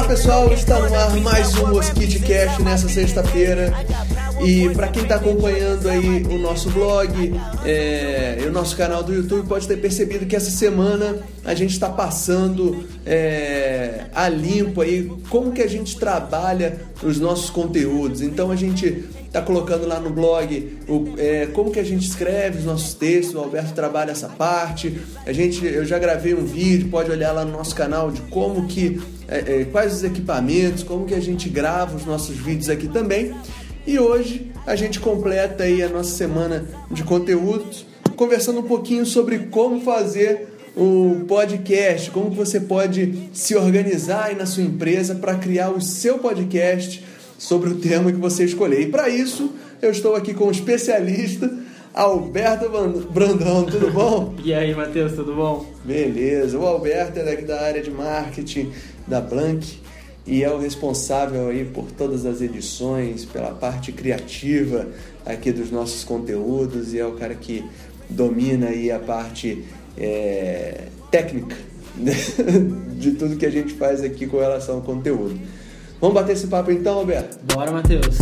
pessoal, está no ar mais um MosquiteCast nessa sexta-feira. E para quem está acompanhando aí o nosso blog e o nosso canal do YouTube, pode ter percebido que essa semana a gente está passando a limpo aí como que a gente trabalha os nossos conteúdos. Então a gente está colocando lá no blog como que a gente escreve os nossos textos. O Alberto trabalha essa parte. Eu já gravei um vídeo, pode olhar lá no nosso canal de como que quais os equipamentos, como que a gente grava os nossos vídeos aqui também. E hoje a gente completa aí a nossa semana de conteúdos, conversando um pouquinho sobre como fazer o podcast, como você pode se organizar aí na sua empresa para criar o seu podcast sobre o tema que você escolher. E para isso, eu estou aqui com o especialista Alberto Brandão, tudo bom? E aí, Matheus, tudo bom? Beleza, o Alberto é daqui da área de marketing da Blank e é o responsável aí por todas as edições, pela parte criativa aqui dos nossos conteúdos, e é o cara que domina aí a parte técnica de tudo que a gente faz aqui com relação ao conteúdo. Vamos bater esse papo então, Alberto? Bora, Matheus.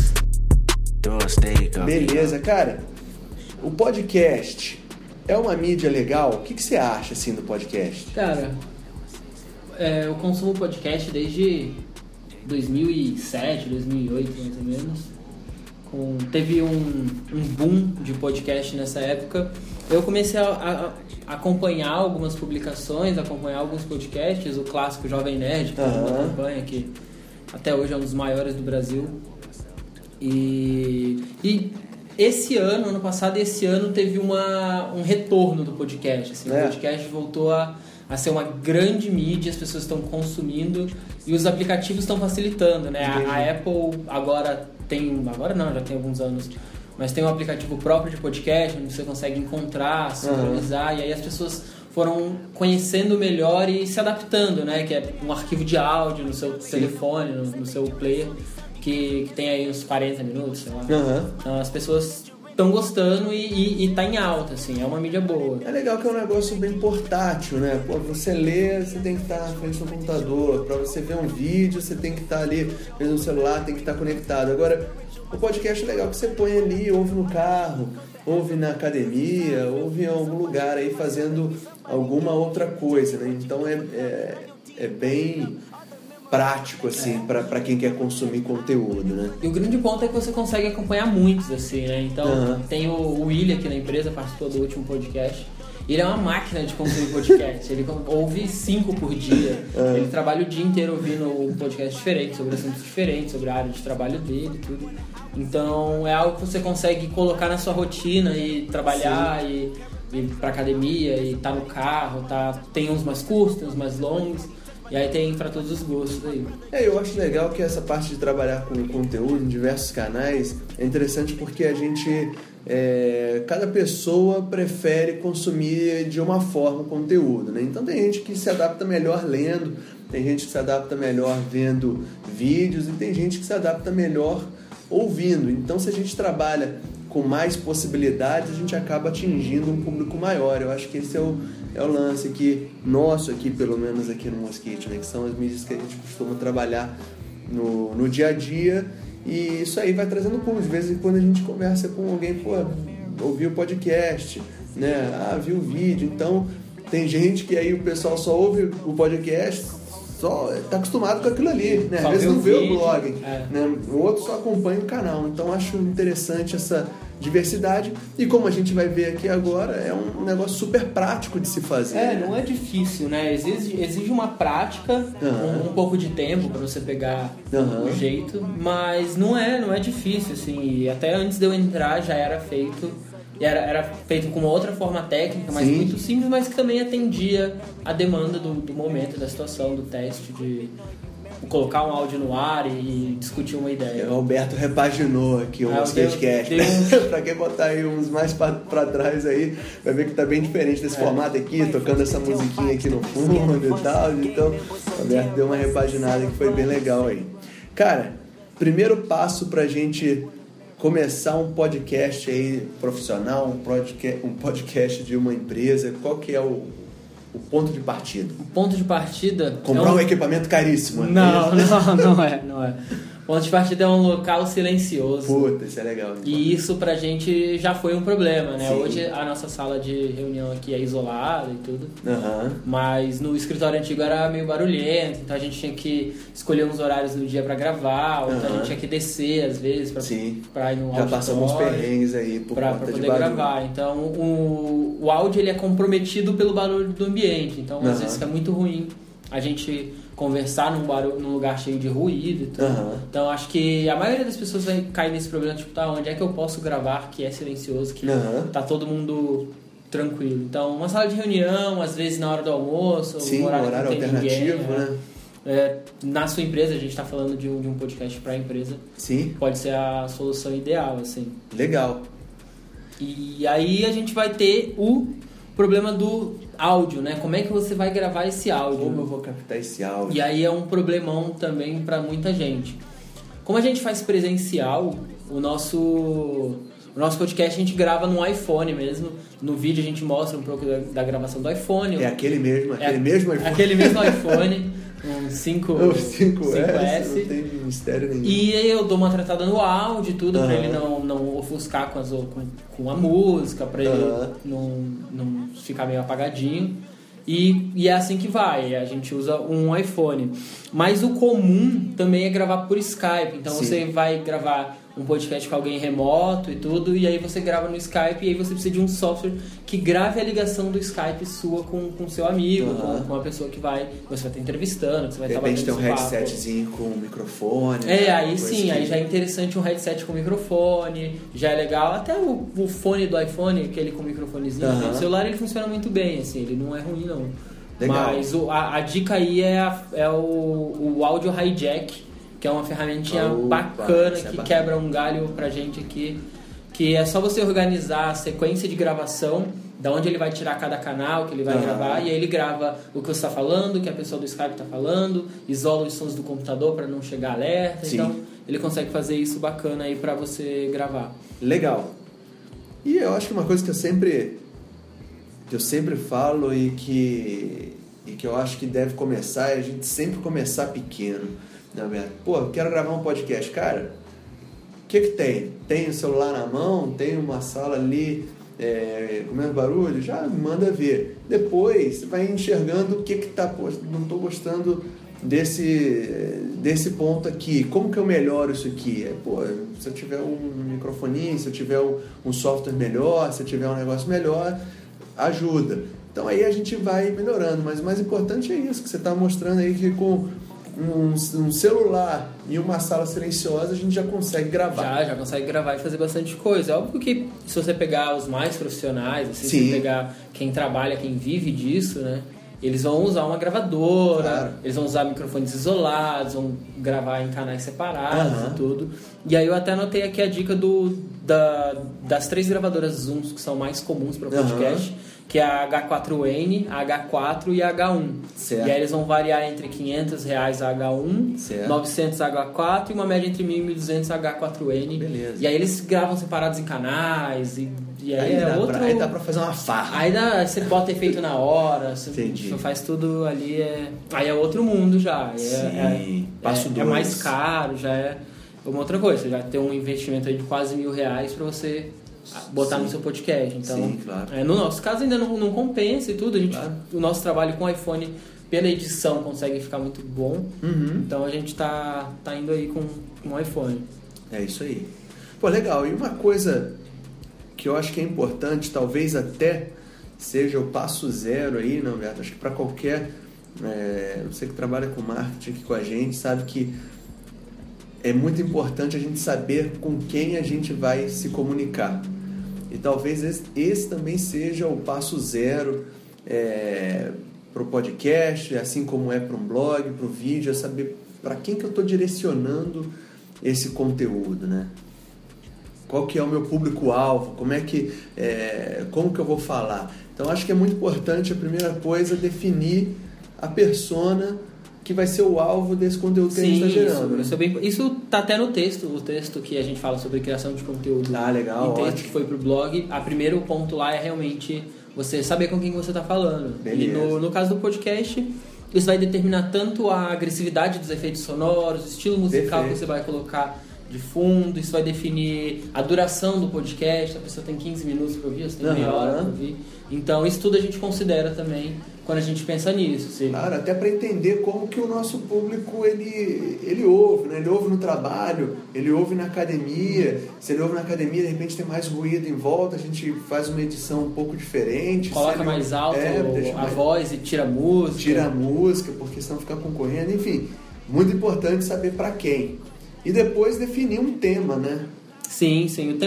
Beleza, cara. O podcast é uma mídia legal? O que você acha assim do podcast? Cara, eu consumo podcast desde 2007, 2008, mais ou menos. Teve um boom de podcast nessa época. Eu comecei a acompanhar algumas publicações, acompanhar alguns podcasts, o clássico Jovem Nerd, que acompanha, que até hoje é um dos maiores do Brasil. E ano passado e esse ano teve um retorno do podcast. Assim, o podcast voltou a ser uma grande mídia, as pessoas estão consumindo e os aplicativos estão facilitando, né? A Apple agora não, já tem alguns anos, mas tem um aplicativo próprio de podcast, onde você consegue encontrar, sincronizar, e aí as pessoas foram conhecendo melhor e se adaptando, né? Que é um arquivo de áudio no seu telefone, no seu player, que tem aí uns 40 minutos, sei lá. Então as pessoas estão gostando e tá em alta, assim, é uma mídia boa. É legal que é um negócio bem portátil, né? Pô, você lê, você tem que estar na frente do computador. Pra você ver um vídeo, você tem que estar ali no celular, tem que estar conectado. Agora, o podcast é legal que você põe ali, ouve no carro, ouve na academia, ouve em algum lugar aí fazendo alguma outra coisa, né? Então é bem prático, assim, para quem quer consumir conteúdo, né? E o grande ponto é que você consegue acompanhar muitos, assim, né? Então, tem o William aqui na empresa, participou do último podcast. Ele é uma máquina de consumir podcast. Ele ouve 5 por dia. Ele trabalha o dia inteiro ouvindo um podcast diferente, sobre assuntos diferentes, sobre a área de trabalho dele e tudo. Então, é algo que você consegue colocar na sua rotina e trabalhar e ir pra academia e tá no carro, tem uns mais curtos, tem uns mais longos. E aí tem para todos os gostos aí. Eu acho legal que essa parte de trabalhar com conteúdo em diversos canais é interessante porque a gente... cada pessoa prefere consumir de uma forma o conteúdo, né? Então tem gente que se adapta melhor lendo, tem gente que se adapta melhor vendo vídeos e tem gente que se adapta melhor ouvindo. Então se a gente trabalha com mais possibilidades, a gente acaba atingindo um público maior. Eu acho que esse é o lance aqui, nosso aqui, pelo menos aqui no Mosquite, né? Que são as mídias que a gente costuma trabalhar no dia a dia, e isso aí vai trazendo público. De vez em quando a gente conversa com alguém, ouviu o podcast, né? Viu o vídeo. Então tem gente que aí o pessoal só ouve o podcast, só tá acostumado com aquilo ali, né? Às vezes não vê o blog, né? O outro só acompanha o canal. Então acho interessante essa diversidade, e como a gente vai ver aqui agora, é um negócio super prático de se fazer. Não é difícil, né? Exige uma prática, um pouco de tempo para você pegar o jeito, mas não é difícil, assim. E até antes de eu entrar já era feito. E era feito com uma outra forma técnica, mas muito simples, mas que também atendia a demanda do momento, da situação, do teste, de colocar um áudio no ar e discutir uma ideia. O Alberto repaginou aqui o MosquiteCast. Pra quem botar aí uns mais pra trás aí, vai ver que tá bem diferente desse formato aqui, tocando essa musiquinha aqui no fundo e tal. Então, o Alberto deu uma repaginada que foi bem legal aí. Cara, primeiro passo pra gente começar um podcast aí profissional, um podcast de uma empresa, qual que é o ponto de partida? O ponto de partida... Comprar um equipamento caríssimo. Não é. O ponto de partida é um local silencioso. Puta, isso é legal. Então. E isso pra gente já foi um problema, né? Sim. Hoje a nossa sala de reunião aqui é isolada e tudo. Uhum. Mas no escritório antigo era meio barulhento, então a gente tinha que escolher uns horários no dia pra gravar, ou então a gente tinha que descer às vezes pra ir no auditório. Já passamos uns perrengues aí pra poder gravar. Então o áudio ele é comprometido pelo barulho do ambiente, então às vezes fica muito ruim a gente conversar num lugar cheio de ruído e tudo. Então acho que a maioria das pessoas vai cair nesse problema, tipo, onde é que eu posso gravar que é silencioso, que tá todo mundo tranquilo. Então uma sala de reunião, às vezes na hora do almoço, um horário alternativo, ninguém, na sua empresa, a gente está falando de um podcast para a empresa. Sim. Pode ser a solução ideal, assim. Legal. E aí a gente vai ter o problema do áudio, né? Como é que você vai gravar esse áudio? Como eu vou captar esse áudio? E aí é um problemão também para muita gente. Como a gente faz presencial, o nosso podcast a gente grava no iPhone mesmo. No vídeo a gente mostra um pouco da gravação do iPhone. É aquele mesmo iPhone. Aquele mesmo iPhone, um 5S. Não tem mistério nenhum. E aí eu dou uma tratada no áudio e tudo, pra ele não ofuscar com a música, pra ele não ficar meio apagadinho. E é assim que vai, a gente usa um iPhone. Mas o comum também é gravar por Skype. Então você vai gravar um podcast com alguém remoto e tudo, e aí você grava no Skype, e aí você precisa de um software que grave a ligação do Skype sua com seu amigo, com a pessoa que você vai estar entrevistando, que você vai estar batendo tem um headsetzinho com microfone. Aí sim, aí já é interessante um headset com microfone, já é legal. Até o fone do iPhone, aquele com microfonezinho, o celular ele funciona muito bem, assim, ele não é ruim não. Legal. Mas a dica aí é o Audio Hijack, que é uma ferramentinha bacana que quebra um galho pra gente aqui, que é só você organizar a sequência de gravação, da onde ele vai tirar cada canal que ele vai gravar, e aí ele grava o que você está falando, o que a pessoa do Skype está falando, isola os sons do computador para não chegar alerta. Sim. Então ele consegue fazer isso bacana aí para você gravar. Legal. E eu acho que uma coisa que eu sempre falo e que eu acho que deve começar é a gente sempre começar pequeno. Pô, quero gravar um podcast. Cara, o que tem? Tem o celular na mão, tem uma sala ali comendo barulho, já manda ver. Depois vai enxergando o que tá, não estou gostando desse ponto aqui, como que eu melhoro isso aqui? Se eu tiver um microfoninho, se eu tiver um software melhor, se eu tiver um negócio melhor, ajuda. Então aí a gente vai melhorando, mas o mais importante é isso que você está mostrando aí, que com um celular e uma sala silenciosa a gente já consegue gravar. Já consegue gravar e fazer bastante coisa. É óbvio que se você pegar os mais profissionais, assim, se você pegar quem trabalha, quem vive disso, né? Eles vão usar uma gravadora, eles vão usar microfones isolados, vão gravar em canais separados e tudo. E aí eu até anotei aqui a dica das 3 gravadoras Zooms que são mais comuns para o podcast, que é a H4N, a H4 e a H1. Certo. E aí eles vão variar entre R$500 a H1, certo, 900 a H4 e uma média entre 1.000 e 1.200 a H4N. Beleza. E aí eles gravam separados em canais e aí aí dá pra fazer uma farra. Aí você bota efeito na hora, você faz tudo ali. Aí é outro mundo já. Passo 2. É mais caro, já é uma outra coisa. Você já tem um investimento aí de quase R$1.000 pra você botar no seu podcast. Então, sim, claro. No nosso caso ainda não compensa e tudo. O nosso trabalho com o iPhone pela edição consegue ficar muito bom. Então a gente tá indo aí com o iPhone. É isso aí. Pô, legal. E uma coisa que eu acho que é importante, talvez até seja o passo zero aí, não, Beto? Acho que para qualquer... você que trabalha com marketing aqui com a gente, sabe que é muito importante a gente saber com quem a gente vai se comunicar. E talvez esse também seja o passo zero para o podcast, assim como é para um blog, para o vídeo, é saber para quem que eu estou direcionando esse conteúdo, né? Qual que é o meu público-alvo, como que eu vou falar. Então acho que é muito importante, a primeira coisa, definir a persona que vai ser o alvo desse conteúdo que a gente está gerando. Isso está até no texto, o texto que a gente fala sobre criação de conteúdo. Legal, em texto que foi pro blog. O primeiro ponto lá é realmente você saber com quem você está falando. Beleza. E no caso do podcast, isso vai determinar tanto a agressividade dos efeitos sonoros, o estilo musical que você vai colocar de fundo, isso vai definir a duração do podcast, a pessoa tem 15 minutos para ouvir, você tem meia hora para ouvir. Então, isso tudo a gente considera também quando a gente pensa nisso. Sim. Claro, até para entender como que o nosso público ele ouve, né? Ele ouve no trabalho, ele ouve na academia. Se ele ouve na academia, de repente tem mais ruído em volta, a gente faz uma edição um pouco diferente. Coloca mais alto a voz e tira a música. Tira a música, porque senão fica concorrendo. Enfim, muito importante saber para quem. E depois definir um tema, né? Sim.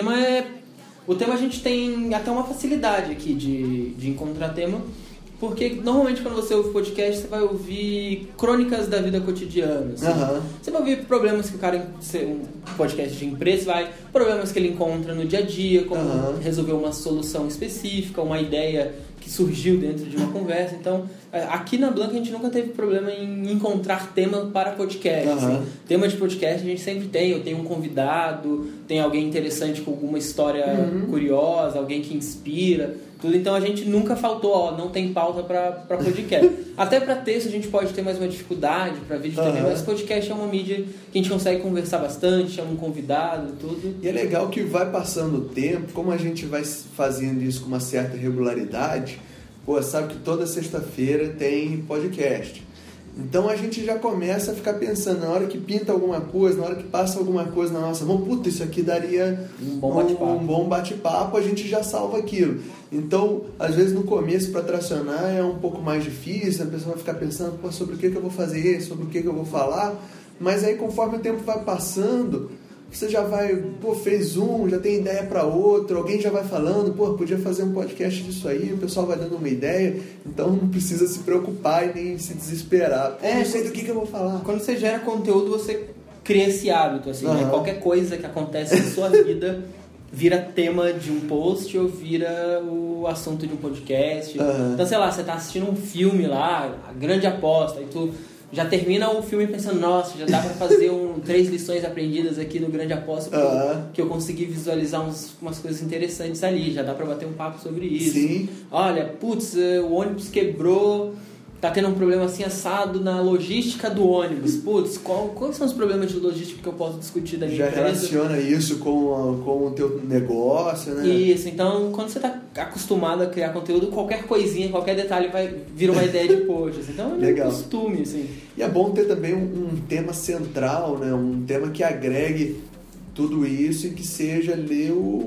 O tema a gente tem até uma facilidade aqui de encontrar tema, porque normalmente quando você ouve podcast, você vai ouvir crônicas da vida cotidiana. Assim. Você vai ouvir problemas que o cara, um podcast de empresa, problemas que ele encontra no dia a dia, como resolver uma solução específica, uma ideia que surgiu dentro de uma conversa. Então, aqui na Blanca a gente nunca teve problema em encontrar tema para podcast. Assim. Tema de podcast a gente sempre tem. Eu tenho um convidado, tem alguém interessante com alguma história curiosa, alguém que inspira, tudo. Então a gente nunca faltou, não tem pauta para podcast. Até para texto a gente pode ter mais uma dificuldade, para vídeo também, mas podcast é uma mídia que a gente consegue conversar bastante, chama um convidado, tudo. E é legal que vai passando o tempo, como a gente vai fazendo isso com uma certa regularidade, sabe que toda sexta-feira tem podcast. Então a gente já começa a ficar pensando, na hora que pinta alguma coisa, na hora que passa alguma coisa na nossa mão, isso aqui daria um bom bate-papo, a gente já salva aquilo. Então, às vezes no começo para tracionar é um pouco mais difícil, a pessoa vai ficar pensando, sobre o que eu vou fazer, sobre o que eu vou falar, mas aí conforme o tempo vai passando, você já vai, fez um, já tem ideia para outro, alguém já vai falando, podia fazer um podcast disso aí, o pessoal vai dando uma ideia, então não precisa se preocupar e nem se desesperar. Não sei do que eu vou falar. Quando você gera conteúdo, você cria esse hábito, assim, né? Qualquer coisa que acontece na sua vida vira tema de um post ou vira o assunto de um podcast. Então, sei lá, você tá assistindo um filme lá, A Grande Aposta, e tu já termina o filme pensando, nossa, já dá pra fazer 3 lições aprendidas aqui no Grande Aposta, que eu consegui visualizar umas coisas interessantes ali, já dá pra bater um papo sobre isso. Sim. Olha, o ônibus quebrou, tá tendo um problema assim assado na logística do ônibus. Quais são os problemas de logística que eu posso discutir da minha já empresa? relaciona isso com o teu negócio, né? Isso, então quando você tá acostumado a criar conteúdo, qualquer coisinha, qualquer detalhe vira uma ideia de post. Assim. Então é um costume, assim. E é bom ter também um tema central, né? Um tema que agregue tudo isso e que seja ali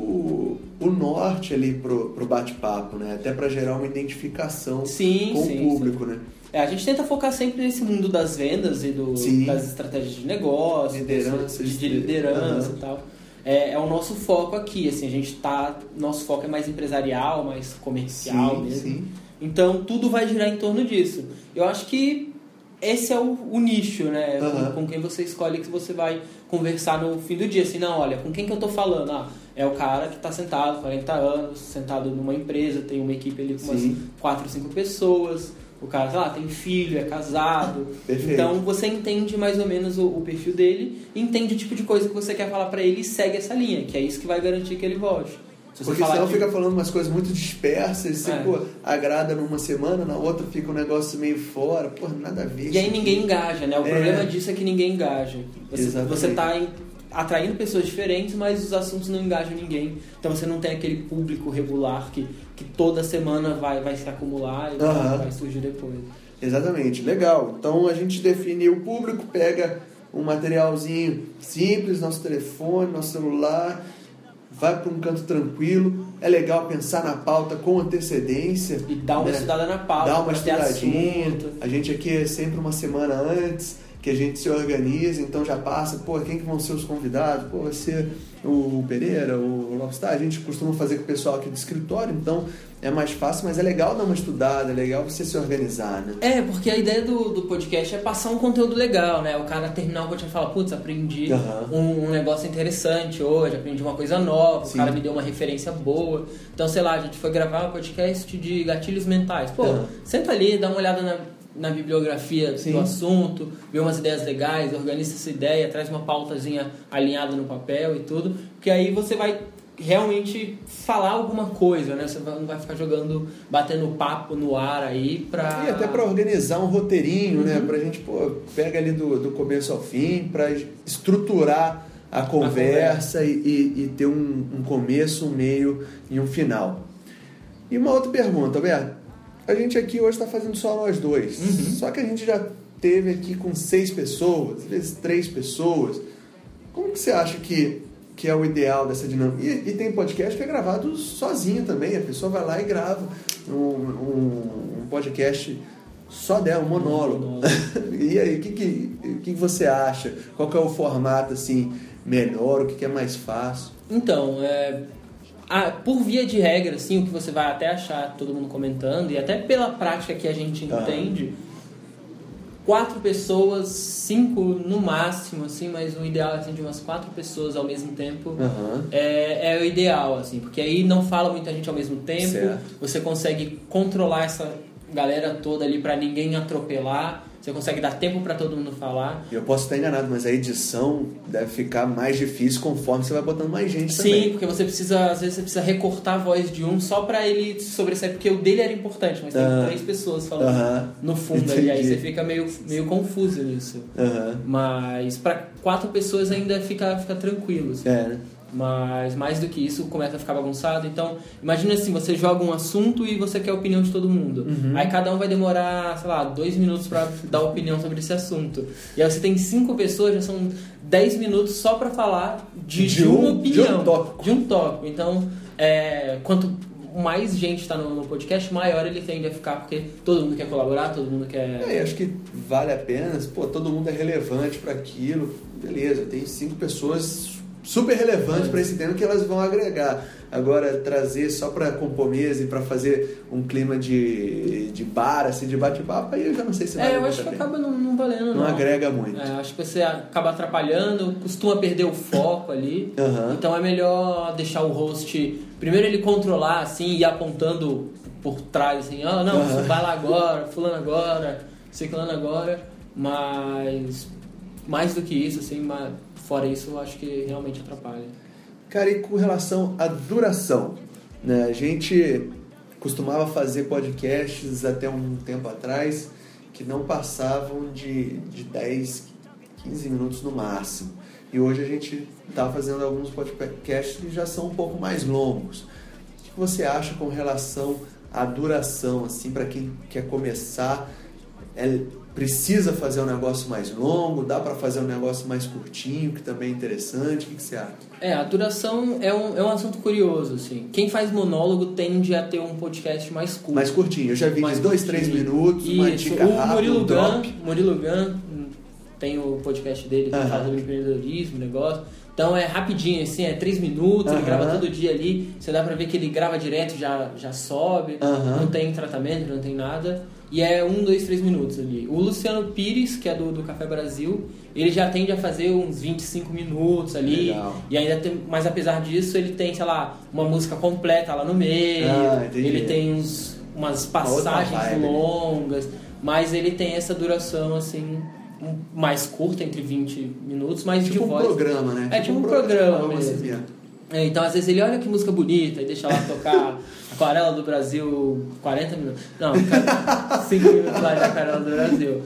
o norte ali pro bate-papo, né? Até para gerar uma identificação com o público, né? A gente tenta focar sempre nesse mundo das vendas e das estratégias de negócio, de liderança e tal. É o nosso foco aqui, assim, nosso foco é mais empresarial, mais comercial mesmo. Sim. Então tudo vai girar em torno disso. Eu acho que esse é o nicho, né? Com quem você escolhe que você vai conversar no fim do dia. Assim, não, olha, com quem que eu tô falando? É o cara que tá sentado, 40 anos, sentado numa empresa, tem uma equipe ali com umas 4 ou 5 pessoas. O cara, tem filho, é casado. Perfeito. Então você entende mais ou menos o perfil dele, entende o tipo de coisa que você quer falar pra ele e segue essa linha, que é isso que vai garantir que ele volte. Porque senão fica falando umas coisas muito dispersas, você agrada numa semana, na outra fica um negócio meio fora, nada a ver. E aí ninguém engaja, né? O problema disso é que ninguém engaja. Você tá atraindo pessoas diferentes, mas os assuntos não engajam ninguém. Então você não tem aquele público regular que toda semana vai se acumular e vai surgir depois. Exatamente, legal. Então a gente define o público, pega um materialzinho simples, nosso telefone, nosso celular, vai para um canto tranquilo. É legal pensar na pauta com antecedência. E dar uma estudada na pauta. Dá uma estudadinha. A gente aqui é sempre uma semana antes que a gente se organiza, então já passa, quem que vão ser os convidados? Vai ser o Pereira, o Lobstar. A gente costuma fazer com o pessoal aqui do escritório, então é mais fácil, mas é legal dar uma estudada, é legal você se organizar, né? Porque a ideia do podcast é passar um conteúdo legal, né? O cara terminar o podcast e falar, aprendi um negócio interessante hoje, aprendi uma coisa nova, o cara me deu uma referência boa. Então, sei lá, a gente foi gravar um podcast de gatilhos mentais. Senta ali, dá uma olhada na bibliografia do assunto, vê umas ideias legais, organiza essa ideia, traz uma pautazinha alinhada no papel e tudo, que aí você vai realmente falar alguma coisa, né? Você não vai ficar batendo papo no ar aí pra... E até para organizar um roteirinho, né? Pra gente, pega ali do começo ao fim, para estruturar a conversa e ter um começo, um meio e um final. E uma outra pergunta, Alberto. A gente aqui hoje está fazendo só nós dois. Só que a gente já teve aqui com 6 pessoas, às vezes 3 pessoas. Como que você acha que é o ideal dessa dinâmica? E tem podcast que é gravado sozinho também. A pessoa vai lá e grava um podcast só dela, um monólogo. E aí, o que você acha? Qual que é o formato assim, melhor? O que é mais fácil? Então, por via de regra, assim, o que você vai até achar todo mundo comentando, e até pela prática que a gente entende, 4 pessoas, 5 no máximo, assim, mas o ideal assim, de umas 4 pessoas ao mesmo tempo é o ideal, assim, porque aí não fala muita gente ao mesmo tempo, certo. Você consegue controlar essa galera toda ali para ninguém atropelar, você consegue dar tempo para todo mundo falar. Eu posso estar enganado, mas a edição deve ficar mais difícil conforme você vai botando mais gente também. Sim, porque você precisa, às vezes você precisa recortar a voz de um só para ele sobressair, porque o dele era importante, mas tem 3 pessoas falando no fundo ali, aí você fica meio confuso nisso. Mas para 4 pessoas ainda fica tranquilo. Assim. Né? Mas mais do que isso começa a ficar bagunçado. Então, imagina assim, você joga um assunto e você quer a opinião de todo mundo. Aí cada um vai demorar, sei lá, 2 minutos para dar opinião sobre esse assunto. E aí você tem 5 pessoas, já são 10 minutos só para falar de uma opinião. De um tópico. Então, quanto mais gente está no podcast, maior ele tende a ficar, porque todo mundo quer colaborar, todo mundo quer... acho que vale a pena, todo mundo é relevante para aquilo. Beleza, tem 5 pessoas super relevantes para esse tema que elas vão agregar. Agora, trazer só para compor mesa e para fazer um clima de bar, assim, de bate-papo, aí eu já não sei se vale. Eu acho que acaba não valendo, não agrega muito. Acho que você acaba atrapalhando, costuma perder o foco ali. Então é melhor deixar o host, primeiro ele controlar, assim, e ir apontando por trás, assim, você vai lá agora, fulano agora, ciclano agora, mas mais do que isso, assim, fora isso, eu acho que realmente atrapalha. Cara, e com relação à duração, né? A gente costumava fazer podcasts até um tempo atrás que não passavam de 10, 15 minutos no máximo. E hoje a gente está fazendo alguns podcasts que já são um pouco mais longos. O que você acha com relação à duração, assim, para quem quer começar? Precisa fazer um negócio mais longo? Dá para fazer um negócio mais curtinho, que também é interessante? O que você acha? A duração é um assunto curioso, assim. Quem faz monólogo tende a ter um podcast mais curto. Mais curtinho. Eu já vi de 2, 3 minutos, uma dica rápida, Murilo Gun tem o podcast dele que fala sobre empreendedorismo, negócio. Então é rapidinho, assim, 3 minutos, ele grava todo dia ali. Você dá pra ver que ele grava direto, já sobe, não tem tratamento, não tem nada. E é 1, 2, 3 minutos ali. O Luciano Pires, que é do Café Brasil, ele já tende a fazer uns 25 minutos ali. Legal. E ainda tem, mas apesar disso, ele tem, sei lá, uma música completa lá no meio. Ele tem umas passagens longas, mas ele tem essa duração, assim, mais curta, entre 20 minutos, mas tipo de voz. Um programa, né? Tipo um programa mesmo. Então, às vezes ele olha que música bonita e deixa lá tocar Aquarela do Brasil 40 minutos. Não, 5 minutos lá de Aquarela do Brasil.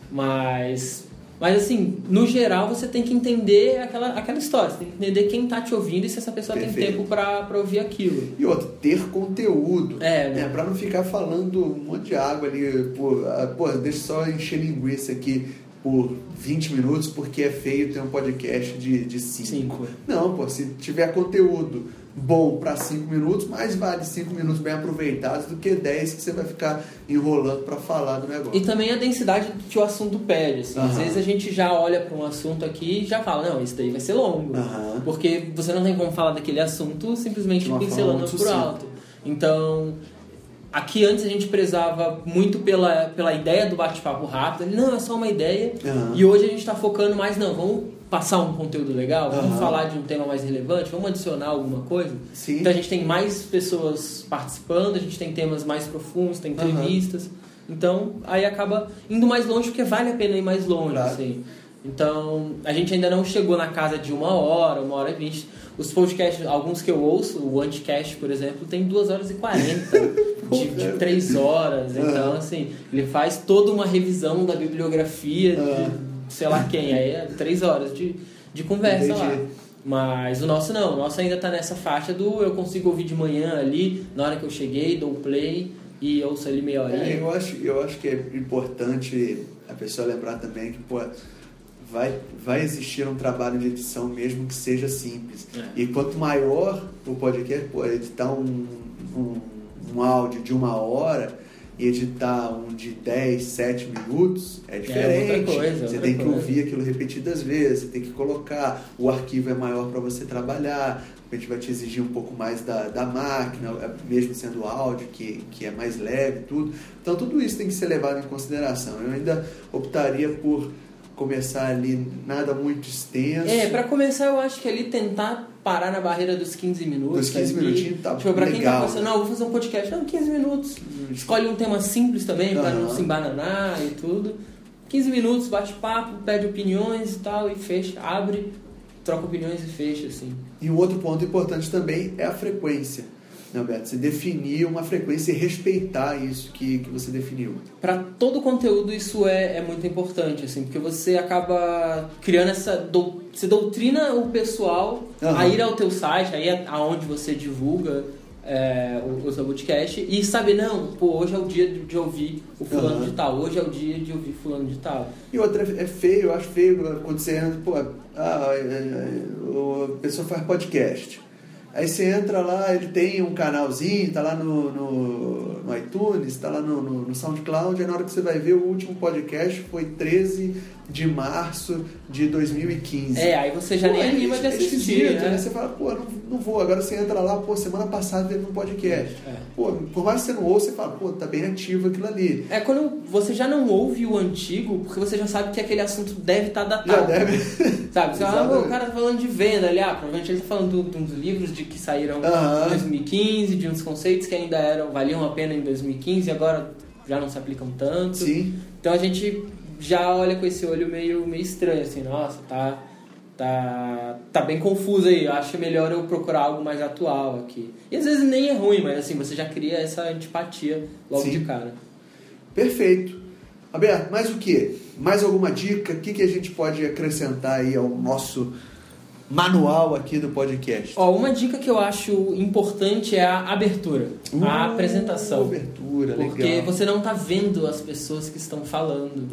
Mas assim, no geral você tem que entender aquela história. Você tem que entender quem tá te ouvindo e se essa pessoa tem tempo pra ouvir aquilo. E outro, ter conteúdo. Né? Pra não ficar falando um monte de água ali. Deixa eu só encher linguiça aqui por 20 minutos porque é feio ter um podcast de 5. Não, se tiver conteúdo bom para 5 minutos, mais vale 5 minutos bem aproveitados do que 10 que você vai ficar enrolando para falar do negócio. E também a densidade que o assunto pede. Assim. Às vezes a gente já olha para um assunto aqui e já fala, não, esse daí vai ser longo. Porque você não tem como falar daquele assunto simplesmente pincelando por alto. Então... Aqui antes a gente prezava muito pela ideia do bate-papo rápido. Não, é só uma ideia. E hoje a gente está focando mais, vamos passar um conteúdo legal, vamos falar de um tema mais relevante, vamos adicionar alguma coisa. Então a gente tem mais pessoas participando, a gente tem temas mais profundos, tem entrevistas. Então aí acaba indo mais longe porque vale a pena ir mais longe. Claro. Assim. Então a gente ainda não chegou na casa de 1 hora, 1 hora e 20. Os podcasts, alguns que eu ouço, o Anticast, por exemplo, tem 2h40 de 3 horas. Então, assim, ele faz toda uma revisão da bibliografia de sei lá quem. Aí é 3 horas de conversa lá. Mas o nosso não. O nosso ainda tá nessa faixa do eu consigo ouvir de manhã ali, na hora que eu cheguei, dou play e ouço ali meia horinha. Eu acho que é importante a pessoa lembrar também que, pô, vai existir um trabalho de edição mesmo que seja simples. E quanto maior o podcast, pô, editar um áudio de 1 hora e editar um de 10, 7 minutos é diferente. Outra coisa, você tem que ouvir aquilo repetidas vezes, você tem que colocar, o arquivo é maior para você trabalhar, a gente vai te exigir um pouco mais da máquina, mesmo sendo áudio, que é mais leve, tudo. Então tudo isso tem que ser levado em consideração. Eu ainda optaria por começar ali nada muito extenso. Para começar eu acho que ali tentar parar na barreira dos 15 minutos. Dos 15 minutinhos tá tipo, pra legal. quem tá pensando, não, vou fazer um podcast, não, 15 minutos. Escolhe um tema simples também, para não se embananar e tudo. 15 minutos, bate papo, pede opiniões e tal, e fecha, abre, troca opiniões e fecha, assim. E um outro ponto importante também é a frequência. Não, Beto, você definir uma frequência e respeitar isso que você definiu. Para todo conteúdo isso é muito importante, assim, porque você acaba criando você doutrina o pessoal a ir ao teu site, aí é aonde você divulga o seu podcast e saber, não, pô, hoje é o dia de ouvir o fulano de tal, hoje é o dia de ouvir fulano de tal. E outra, é feio, eu acho feio quando você entra, pô, a pessoa faz podcast. Aí você entra lá, ele tem um canalzinho, tá lá no iTunes, tá lá no SoundCloud, e na hora que você vai ver, o último podcast foi 13 de março de 2015. Aí você já nem anima de assistir, né? Aí você fala, pô, não vou. Agora você entra lá, pô, semana passada teve um podcast. Pô, por mais que você não ouça, você fala, pô, tá bem ativo aquilo ali. Quando você já não ouve o antigo, porque você já sabe que aquele assunto deve estar datado. Já deve. Sabe? Você fala, o cara tá falando de venda ali, provavelmente ele tá falando de uns livros que saíram em 2015, de uns conceitos que ainda valiam a pena em 2015 e agora já não se aplicam tanto. Sim. Então a gente já olha com esse olho meio estranho, assim, nossa, tá bem confuso aí, eu acho melhor eu procurar algo mais atual aqui. E às vezes nem é ruim, mas assim, você já cria essa antipatia logo de cara. Perfeito. Alberto, mais o quê? Mais alguma dica? O que a gente pode acrescentar aí ao nosso manual aqui do podcast? Uma dica que eu acho importante é a abertura, a apresentação. Abertura, porque legal. você não está vendo as pessoas que estão falando.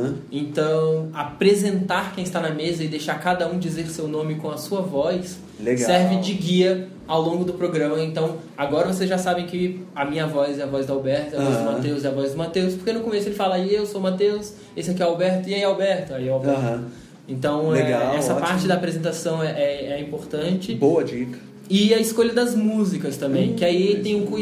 Então, apresentar quem está na mesa e deixar cada um dizer seu nome com a sua voz serve de guia ao longo do programa. Então, agora vocês já sabem que a minha voz é a voz do Alberto, a voz do Matheus é a voz do Matheus, porque no começo ele fala, e eu sou o Matheus, esse aqui é o Alberto, e aí Alberto, aí é o Alberto. Então, essa parte da apresentação é importante. Boa dica. E a escolha das músicas também, que aí tem um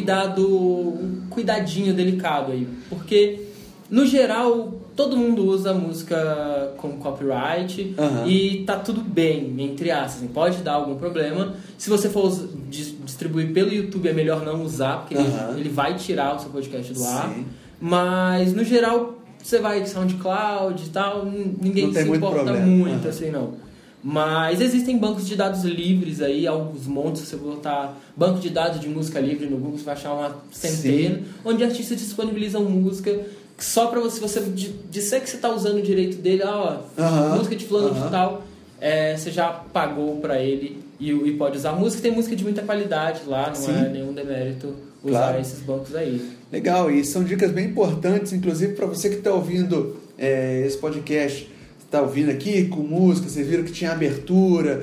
cuidadinho delicado aí. Porque, no geral, todo mundo usa música com copyright e tá tudo bem, entre aspas. Pode dar algum problema. Se você for distribuir pelo YouTube, é melhor não usar, porque ele vai tirar o seu podcast do ar. Mas, no geral, você vai de SoundCloud e tal, ninguém se importa muito, assim, não. Mas existem bancos de dados livres aí, alguns montes. Se você botar banco de dados de música livre no Google, você vai achar uma centena, onde artistas disponibilizam música só pra você disser que você tá usando o direito dele, música de fulano de tal, você já pagou pra ele e pode usar música. Tem música de muita qualidade lá, não é nenhum demérito usar esses bancos aí. Legal, e são dicas bem importantes, inclusive para você que está ouvindo esse podcast, está ouvindo aqui com música, vocês viram que tinha abertura,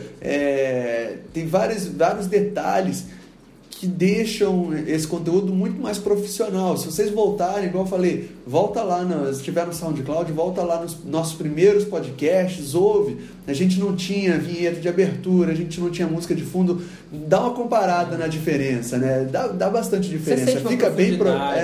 tem vários detalhes que deixam esse conteúdo muito mais profissional. Se vocês voltarem, igual eu falei, volta lá, se estiver no SoundCloud, volta lá nos nossos primeiros podcasts, ouve. A gente não tinha vinheta de abertura, a gente não tinha música de fundo. Dá uma comparada na diferença, né? Dá bastante diferença. Fica bem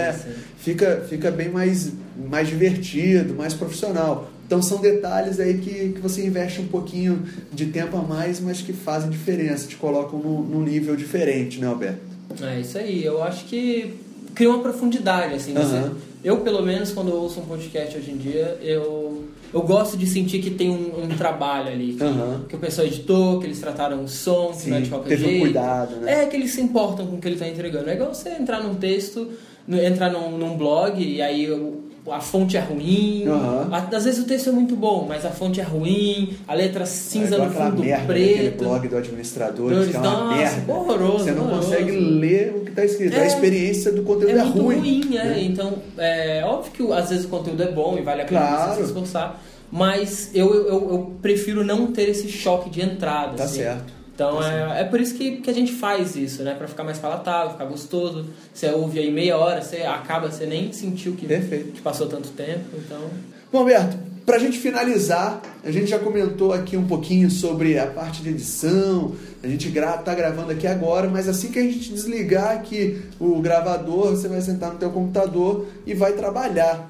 fica bem mais divertido, mais profissional. Então são detalhes aí que você investe um pouquinho de tempo a mais, mas que fazem diferença, te colocam num nível diferente, né, Alberto? É isso aí, eu acho que cria uma profundidade, assim. Eu, pelo menos, quando eu ouço um podcast hoje em dia, eu eu gosto de sentir que tem um trabalho ali, que o pessoal editou, que eles trataram o som, que não é de qualquer jeito. Teve um cuidado, né? Que eles se importam com o que ele está entregando. É igual você entrar num texto, entrar num blog e aí a fonte é ruim, às vezes o texto é muito bom, mas a fonte é ruim, a letra cinza no fundo preto. Aquele blog do administrador, que é uma merda. Horroroso. Você não consegue ler o que está escrito. A experiência do conteúdo é muito ruim. né? Então, é óbvio que às vezes o conteúdo é bom e vale a pena você se esforçar, mas eu prefiro não ter esse choque de entrada. Tá assim. certo. Então é por isso que a gente faz isso, né? Pra ficar mais palatável, ficar gostoso. Você ouve aí meia hora, você nem sentiu que passou tanto tempo. Então... Bom, Berto, pra gente finalizar, a gente já comentou aqui um pouquinho sobre a parte de edição. A gente tá gravando aqui agora, mas assim que a gente desligar aqui o gravador, você vai sentar no teu computador e vai trabalhar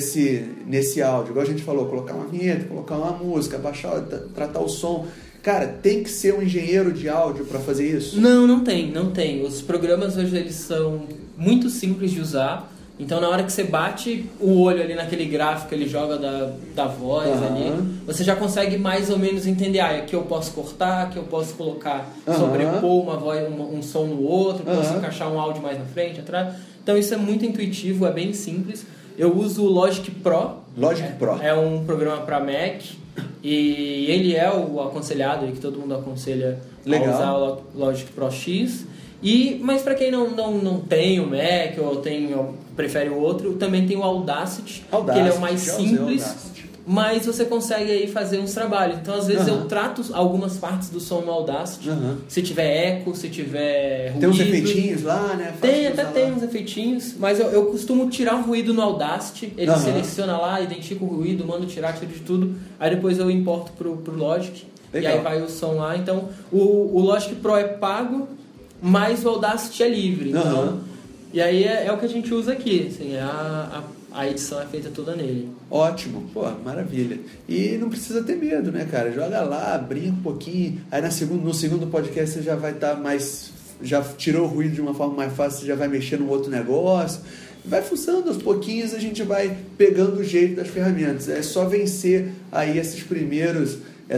nesse áudio. Igual a gente falou, colocar uma vinheta, colocar uma música, baixar, tratar o som. Cara, tem que ser um engenheiro de áudio para fazer isso? Não tem. Os programas hoje eles são muito simples de usar. Então na hora que você bate o olho ali naquele gráfico, ele joga da voz ali, você já consegue mais ou menos entender, aqui eu posso cortar, aqui eu posso colocar, sobrepor uma voz, um som no outro, posso encaixar um áudio mais na frente, atrás. Então isso é muito intuitivo, é bem simples. Eu uso o Logic Pro. Logic Pro. É um programa para Mac. E ele é o aconselhado, que todo mundo aconselha a usar o Logic Pro X. Mas para quem não tem o Mac ou prefere o outro, também tem o Audacity, que ele é o mais simples, mas você consegue aí fazer uns trabalhos. Então às vezes eu trato algumas partes do som no Audacity, se tiver eco, se tiver ruído. Tem uns efeitinhos lá, né? Tem uns efeitinhos, mas eu costumo tirar o ruído no Audacity, ele seleciona lá, identifica o ruído, manda tirar, tira de tudo, aí depois eu importo pro Logic, e aí vai o som lá. Então o Logic Pro é pago, mas o Audacity é livre. Então, e aí é o que a gente usa aqui, assim, a edição é feita toda nele. Ótimo, maravilha. E não precisa ter medo, né, cara? Joga lá, brinca um pouquinho. Aí no segundo podcast você já vai estar mais... Já tirou o ruído de uma forma mais fácil, você já vai mexer no outro negócio. Vai funcionando aos pouquinhos, a gente vai pegando o jeito das ferramentas. É só vencer aí essas primeiras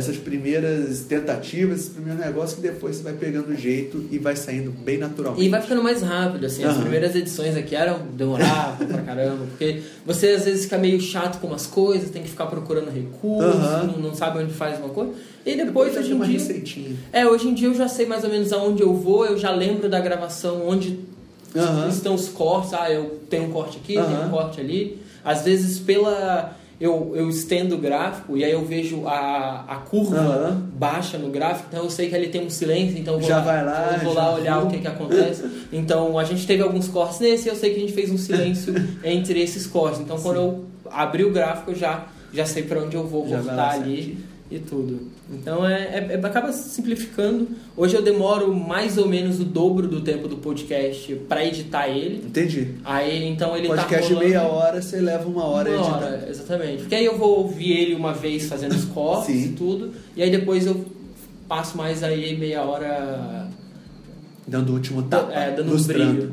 tentativas, esse primeiro negócio, que depois você vai pegando o jeito e vai saindo bem naturalmente. E vai ficando mais rápido, assim. As primeiras edições aqui demoravam pra caramba, porque você às vezes fica meio chato com umas coisas, tem que ficar procurando recursos, não sabe onde faz uma coisa. E depois hoje em dia... receitinha. Hoje em dia eu já sei mais ou menos aonde eu vou, eu já lembro da gravação, onde estão os cortes. Eu tenho um corte aqui, tenho um corte ali. Às vezes eu estendo o gráfico e aí eu vejo a curva baixa no gráfico, então eu sei que ali tem um silêncio, então eu vou lá olhar o que acontece. Então a gente teve alguns cortes nesse e eu sei que a gente fez um silêncio entre esses cortes. Então quando eu abrir o gráfico eu já sei para onde eu vou voltar ali e tudo. Então acaba simplificando. Hoje eu demoro mais ou menos o dobro do tempo do podcast para editar ele. Entendi. Aí então ele podcast tá rolando... meia hora, você leva uma hora editando. Exatamente. Porque aí eu vou ouvir ele uma vez fazendo os cortes e tudo. E aí depois eu passo mais aí meia hora... Dando o último tapa. Dando um brilho.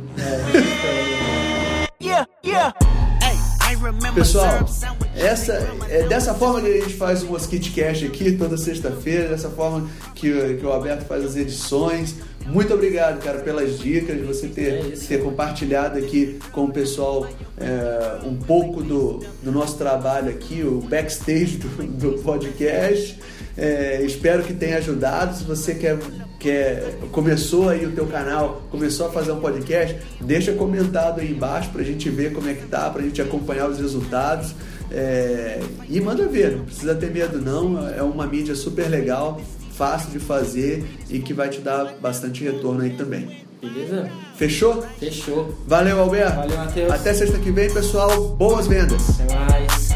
Pessoal, dessa forma que a gente faz o Mosquitecast aqui toda sexta-feira, dessa forma que o Alberto faz as edições. Muito obrigado, cara, pelas dicas, de você ter compartilhado aqui com o pessoal um pouco do nosso trabalho aqui, o backstage do podcast. Espero que tenha ajudado. Se você começou aí o teu canal, começou a fazer um podcast, deixa comentado aí embaixo pra gente ver como é que tá, pra gente acompanhar os resultados. E manda ver, não precisa ter medo não, é uma mídia super legal, fácil de fazer e que vai te dar bastante retorno aí também. Beleza? Fechou? Fechou. Valeu, Alberto. Valeu, Matheus. Até sexta que vem, pessoal. Boas vendas. Até mais.